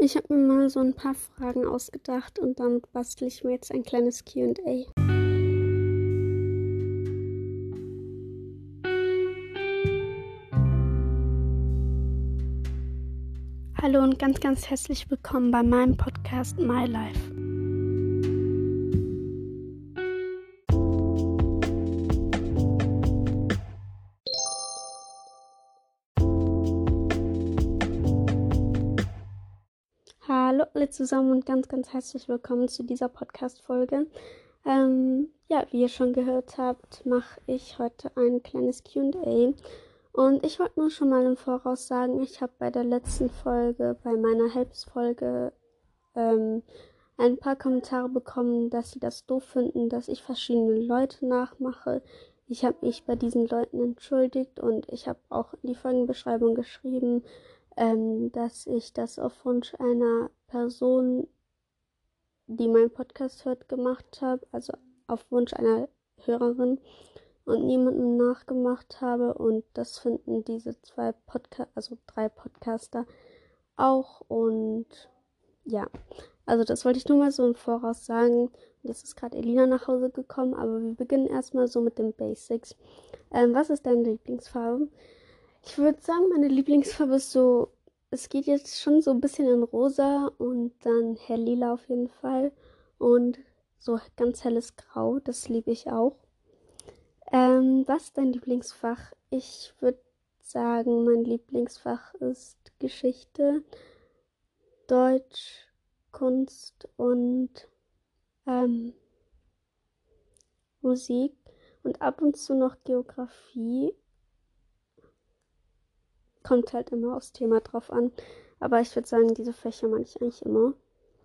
Ich habe mir mal so ein paar Fragen ausgedacht und damit bastel ich mir jetzt ein kleines Q&A. Hallo und ganz, ganz herzlich willkommen bei meinem Podcast My Life. Hallo alle zusammen und ganz, ganz herzlich willkommen zu dieser Podcast-Folge. Wie ihr schon gehört habt, mache ich heute ein kleines Q&A. Und ich wollte nur schon mal im Voraus sagen, ich habe bei der letzten Folge, bei meiner Helps-Folge, ein paar Kommentare bekommen, dass sie das doof finden, dass ich verschiedene Leute nachmache. Ich habe mich bei diesen Leuten entschuldigt und ich habe auch in die Folgenbeschreibung geschrieben, dass ich das auf Wunsch einer Person, die meinen Podcast hört, gemacht habe, also auf Wunsch einer Hörerin und niemandem nachgemacht habe, und das finden diese drei Podcaster auch. Und ja, also das wollte ich nur mal so im Voraus sagen. Jetzt ist gerade Elina nach Hause gekommen, aber wir beginnen erstmal so mit den Basics. Was ist deine Lieblingsfarbe? Ich würde sagen, meine Lieblingsfarbe ist so, es geht jetzt schon so ein bisschen in rosa und dann hell-lila auf jeden Fall und so ganz helles Grau, das liebe ich auch. Was ist dein Lieblingsfach? Ich würde sagen, mein Lieblingsfach ist Geschichte, Deutsch, Kunst und Musik und ab und zu noch Geografie. Kommt halt immer aufs Thema drauf an. Aber ich würde sagen, diese Fächer mag ich eigentlich immer.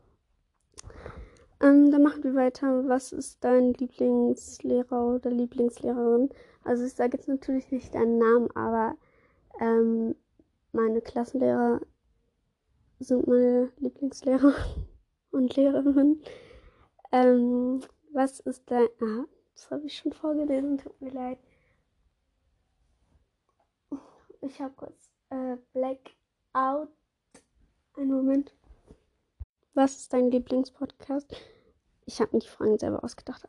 Dann machen wir weiter. Was ist dein Lieblingslehrer oder Lieblingslehrerin? Also ich sage jetzt natürlich nicht deinen Namen, aber meine Klassenlehrer sind meine Lieblingslehrer und Lehrerin. Was ist dein... das habe ich schon vorgelesen, tut mir leid. Ich habe kurz Blackout. Einen Moment. Was ist dein Lieblingspodcast? Ich habe mir die Fragen selber ausgedacht,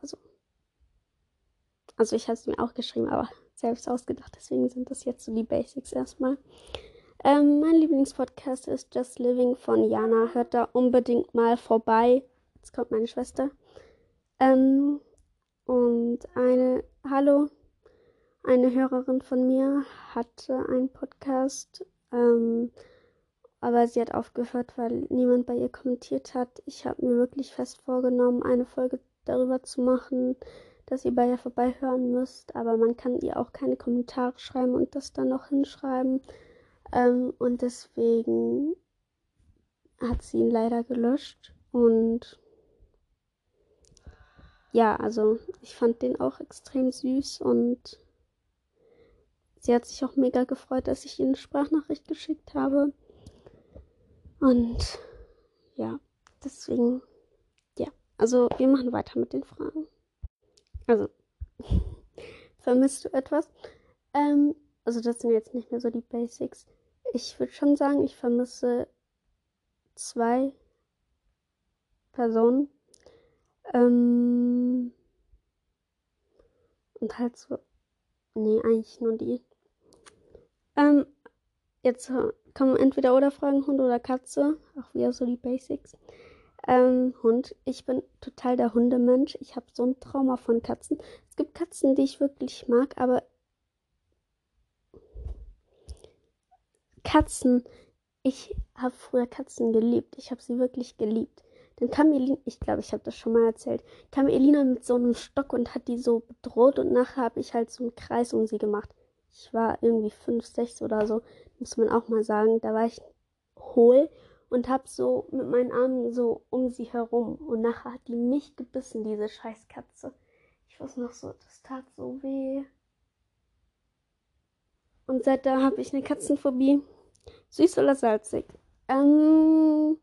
also ich habe es mir auch geschrieben, aber selbst ausgedacht, deswegen sind das jetzt so die Basics erstmal. Mein Lieblingspodcast ist Just Living von Jana. Hört da unbedingt mal vorbei. Jetzt kommt meine Schwester. Und eine Hörerin von mir hatte einen Podcast, aber sie hat aufgehört, weil niemand bei ihr kommentiert hat. Ich habe mir wirklich fest vorgenommen, eine Folge darüber zu machen, dass ihr bei ihr vorbeihören müsst, aber man kann ihr auch keine Kommentare schreiben und das dann noch hinschreiben. Und deswegen hat sie ihn leider gelöscht. Und ja, also ich fand den auch extrem süß und sie hat sich auch mega gefreut, dass ich ihr eine Sprachnachricht geschickt habe. Und ja, deswegen, ja. Also wir machen weiter mit den Fragen. Also, vermisst du etwas? Also das sind jetzt nicht mehr so die Basics. Ich würde schon sagen, ich vermisse 2 Personen. Und halt so, nee, eigentlich nur die. Jetzt kommen entweder oder Fragen, Hund oder Katze. Auch wieder so die Basics. Hund. Ich bin total der Hundemensch. Ich habe so ein Trauma von Katzen. Es gibt Katzen, die ich wirklich mag, aber Katzen, ich habe früher Katzen geliebt. Ich habe sie wirklich geliebt. Dann kam Elina, ich glaube, ich habe das schon mal erzählt, kam Elina mit so einem Stock und hat die so bedroht und nachher habe ich halt so einen Kreis um sie gemacht. Ich war irgendwie 5, 6 oder so, muss man auch mal sagen. Da war ich hohl und habe so mit meinen Armen so um sie herum. Und nachher hat die mich gebissen, diese scheiß Katze. Ich weiß noch so, das tat so weh. Und seit da habe ich eine Katzenphobie. Süß oder salzig? Kommt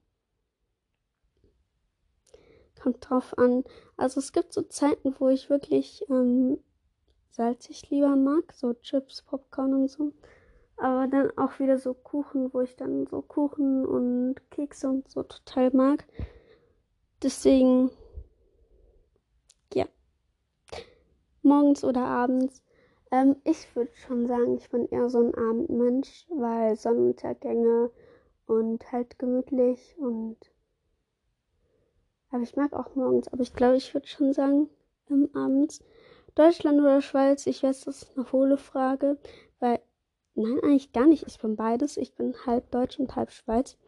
drauf an. Also es gibt so Zeiten, wo ich wirklich salzig lieber mag. So Chips, Popcorn und so. Aber dann auch wieder so Kuchen, wo ich dann so Kuchen und Kekse und so total mag. Deswegen, ja, morgens oder abends. Ich würde schon sagen, ich bin eher so ein Abendmensch, weil Sonnenuntergänge und halt gemütlich und. Aber ich mag auch morgens. Aber ich glaube, ich würde schon sagen, abends. Deutschland oder Schweiz? Ich weiß, das ist eine hohle Frage, weil. Nein, eigentlich gar nicht. Ich bin beides. Ich bin halb Deutsch und halb Schweiz.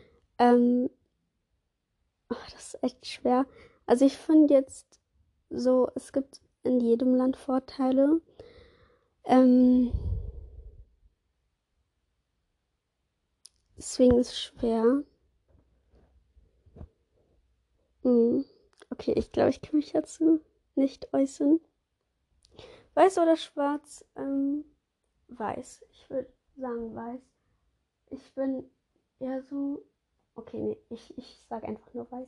Das ist echt schwer. Also ich finde jetzt so, es gibt in jedem Land Vorteile. Deswegen ist es schwer. Okay, ich glaube, ich kann mich dazu nicht äußern. Weiß oder schwarz? Weiß. Ich würde sagen weiß. Ich bin eher so. Okay, nee, ich sage einfach nur weiß.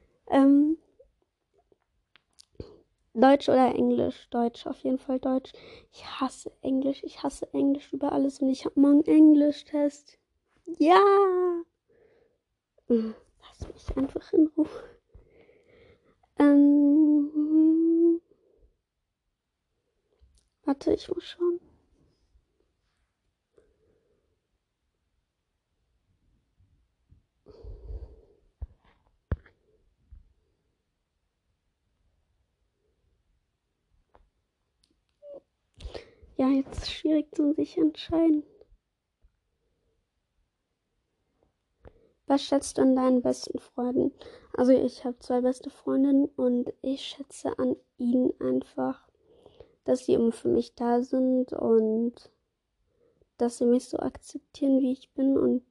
Deutsch oder Englisch? Deutsch, auf jeden Fall Deutsch. Ich hasse Englisch. Ich hasse Englisch über alles und ich habe morgen Englisch-Test. Ja! Lass mich einfach in Ruhe. Warte, ich muss schauen. Ja, jetzt ist es schwierig zu sich entscheiden. Was schätzt du an deinen besten Freunden? Also ich habe 2 beste Freundinnen und ich schätze an ihnen einfach, dass sie immer für mich da sind und dass sie mich so akzeptieren, wie ich bin. Und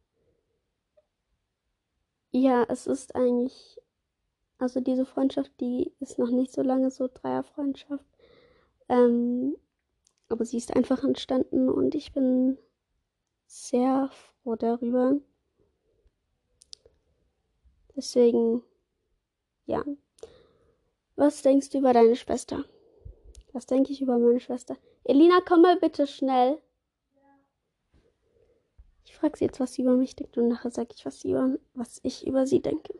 ja, es ist eigentlich, also diese Freundschaft, die ist noch nicht so lange so Dreierfreundschaft. Aber sie ist einfach entstanden und ich bin sehr froh darüber. Deswegen, ja. Was denkst du über deine Schwester? Was denke ich über meine Schwester? Elina, komm mal bitte schnell. Ich frage sie jetzt, was sie über mich denkt und nachher sage ich, was ich über sie denke.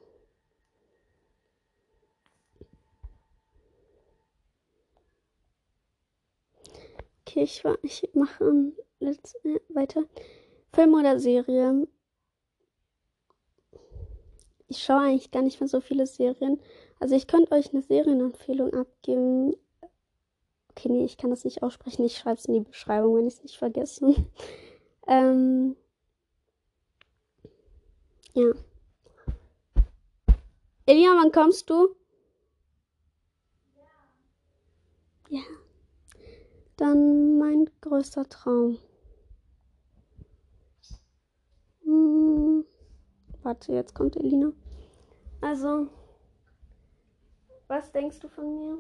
Okay, ich mache weiter. Film oder Serie? Ich schaue eigentlich gar nicht mehr so viele Serien. Also ich könnte euch eine Serienempfehlung abgeben. Okay, nee, ich kann das nicht aussprechen. Ich schreibe es in die Beschreibung, wenn ich es nicht vergesse. Ja. Elina, wann kommst du? Ja. Dann mein größter Traum. Warte, jetzt kommt Elina. Also, was denkst du von mir?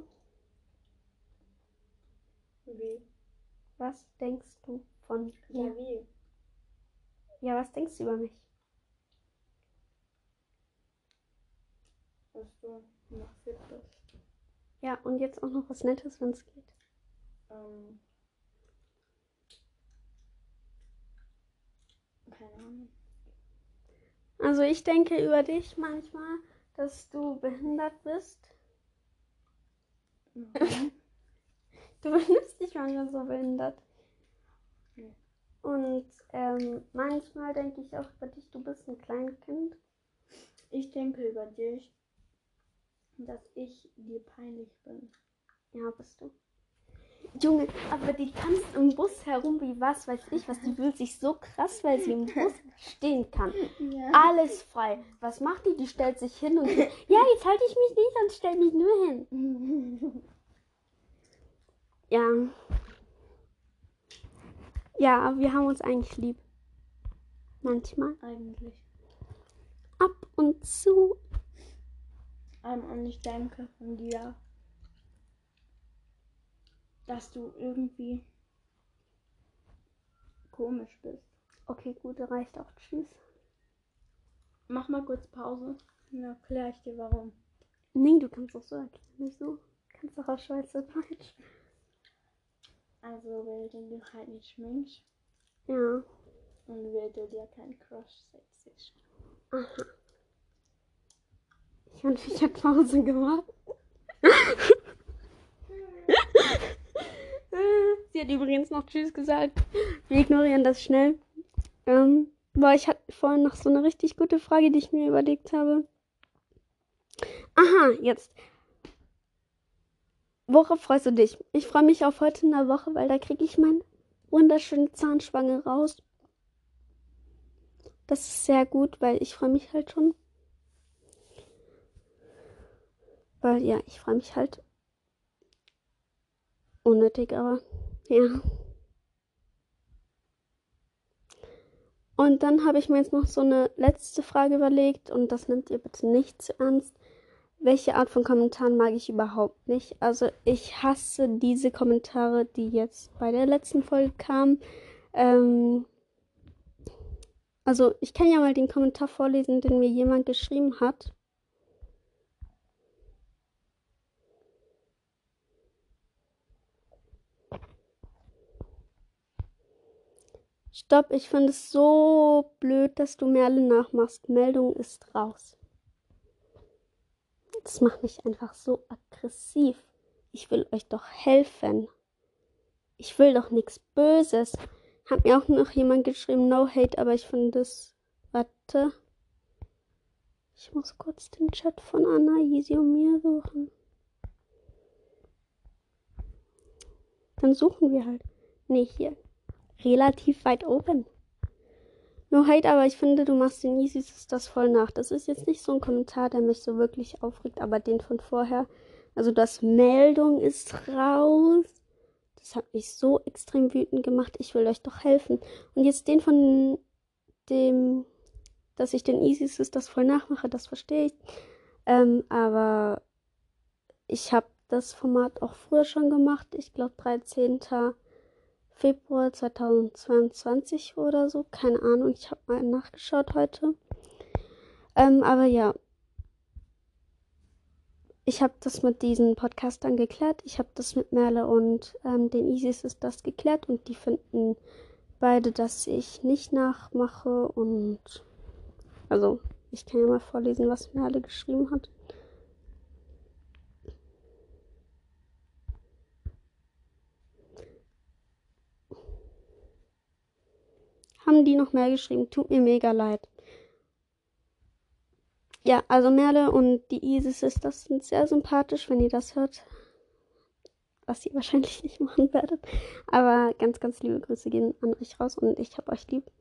Wie? Was denkst du von mir? Ja, wie? Ja, was denkst du über mich? Dass du noch fit bist. Ja, und jetzt auch noch was Nettes, wenn es geht. Keine Ahnung. Also ich denke über dich manchmal, dass du behindert bist. Du benimmst dich manchmal so behindert. Ja. Und manchmal denke ich auch über dich, du bist ein Kleinkind. Ich denke über dich, dass ich dir peinlich bin. Ja, bist du. Junge, aber die tanzt im Bus herum wie was weiß ich was. Die fühlt sich so krass, weil sie im Bus stehen kann. Ja. Alles frei. Was macht die? Die stellt sich hin und ja, jetzt halte ich mich nicht und stell mich nur hin. Ja. Ja, wir haben uns eigentlich lieb. Manchmal. Eigentlich. Ab und zu. Und ich denke von dir, dass du irgendwie komisch bist. Okay, gut, reicht auch. Tschüss. Mach mal kurz Pause. Dann erkläre ich dir warum. Nee, du kannst auch so erklären. Nicht so. Du kannst auch auf Schweizerdeutsch. Also, wenn du dich halt nicht schminkst, Ja. Und würde dir keinen Crush sexy. Aha. Ich hätte Pause gemacht. Sie hat übrigens noch Tschüss gesagt. Wir ignorieren das schnell. Ich hatte vorhin noch so eine richtig gute Frage, die ich mir überlegt habe. Aha, jetzt. Worauf freust du dich? Ich freue mich auf heute in der Woche, weil da kriege ich meine wunderschöne Zahnspange raus. Das ist sehr gut, weil ich freue mich halt schon. Weil ja, ich freue mich halt. Unnötig, aber ja. Und dann habe ich mir jetzt noch so eine letzte Frage überlegt und das nimmt ihr bitte nicht zu ernst. Welche Art von Kommentaren mag ich überhaupt nicht? Also ich hasse diese Kommentare, die jetzt bei der letzten Folge kamen. Also ich kann ja mal den Kommentar vorlesen, den mir jemand geschrieben hat. Stopp, ich finde es so blöd, dass du Merle nachmachst. Meldung ist raus. Das macht mich einfach so aggressiv. Ich will euch doch helfen. Ich will doch nichts Böses. Hat mir auch noch jemand geschrieben, no hate, aber ich finde das... Warte. Ich muss kurz den Chat von Anna, Easy und mir suchen. Dann suchen wir halt. Nee, hier. Relativ weit oben. No hate, aber ich finde, du machst den Easy das voll nach. Das ist jetzt nicht so ein Kommentar, der mich so wirklich aufregt, aber den von vorher. Also das Meldung ist raus. Das hat mich so extrem wütend gemacht. Ich will euch doch helfen. Und jetzt den von dem, dass ich den Easy das voll nachmache, das verstehe ich. Aber ich habe das Format auch früher schon gemacht. Ich glaube 13. Februar 2022 oder so. Keine Ahnung. Ich habe mal nachgeschaut heute. Aber ja. Ich habe das mit diesen Podcastern geklärt. Ich habe das mit Merle und den Easy das geklärt. Und die finden beide, dass ich nicht nachmache. Und also, ich kann ja mal vorlesen, was Merle geschrieben hat. Haben die noch mehr geschrieben? Tut mir mega leid. Ja, also Merle und die Easy das sind sehr sympathisch, wenn ihr das hört. Was ihr wahrscheinlich nicht machen werdet. Aber ganz, ganz liebe Grüße gehen an euch raus und ich hab euch lieb.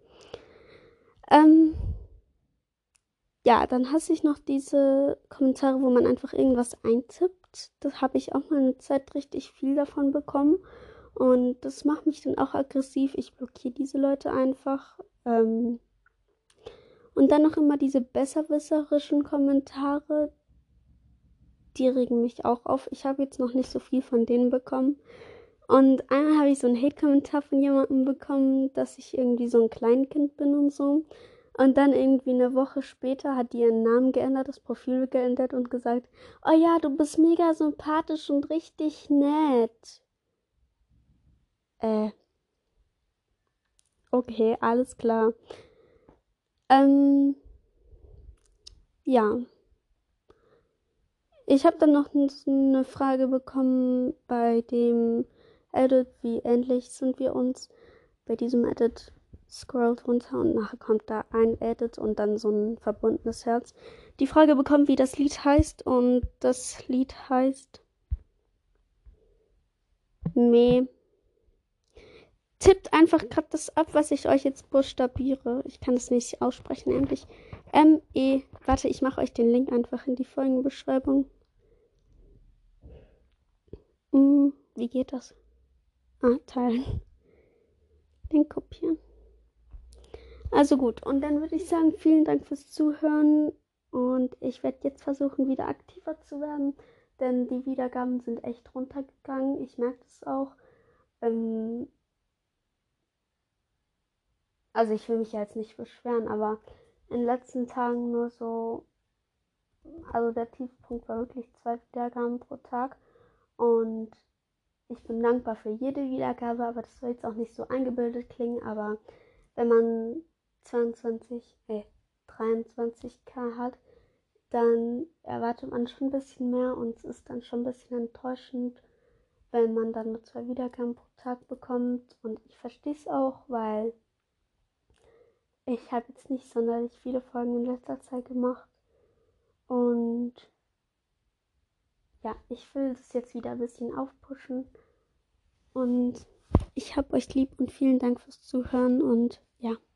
Ja, dann hasse ich noch diese Kommentare, wo man einfach irgendwas eintippt. Das habe ich auch mal eine Zeit richtig viel davon bekommen. Und das macht mich dann auch aggressiv. Ich blockiere diese Leute einfach. Und dann noch immer diese besserwisserischen Kommentare. Die regen mich auch auf. Ich habe jetzt noch nicht so viel von denen bekommen. Und einmal habe ich so einen Hate-Kommentar von jemandem bekommen, dass ich irgendwie so ein Kleinkind bin und so. Und dann irgendwie eine Woche später hat die ihren Namen geändert, das Profil geändert und gesagt, oh ja, du bist mega sympathisch und richtig nett. Okay, alles klar. Ja. Ich habe dann noch eine Frage bekommen bei dem Edit, wie ähnlich sind wir uns. Bei diesem Edit scrollt runter und nachher kommt da ein Edit und dann so ein verbundenes Herz. Die Frage bekommen, wie das Lied heißt und das Lied heißt Me. Tippt einfach gerade das ab, was ich euch jetzt buchstabiere. Ich kann es nicht aussprechen, endlich. M-E. Warte, ich mache euch den Link einfach in die Folgenbeschreibung. Wie geht das? Teilen. Den kopieren. Also gut, und dann würde ich sagen, vielen Dank fürs Zuhören und ich werde jetzt versuchen, wieder aktiver zu werden, denn die Wiedergaben sind echt runtergegangen. Ich merke das auch. Also ich will mich ja jetzt nicht beschweren, aber in den letzten Tagen nur so, also der Tiefpunkt war wirklich 2 Wiedergaben pro Tag und ich bin dankbar für jede Wiedergabe, aber das soll jetzt auch nicht so eingebildet klingen, aber wenn man 23k hat, dann erwartet man schon ein bisschen mehr und es ist dann schon ein bisschen enttäuschend, wenn man dann nur 2 Wiedergaben pro Tag bekommt. Und ich verstehe es auch, weil ich habe jetzt nicht sonderlich viele Folgen in letzter Zeit gemacht. Und ja, ich will das jetzt wieder ein bisschen aufpushen. Und ich hab euch lieb und vielen Dank fürs Zuhören und ja.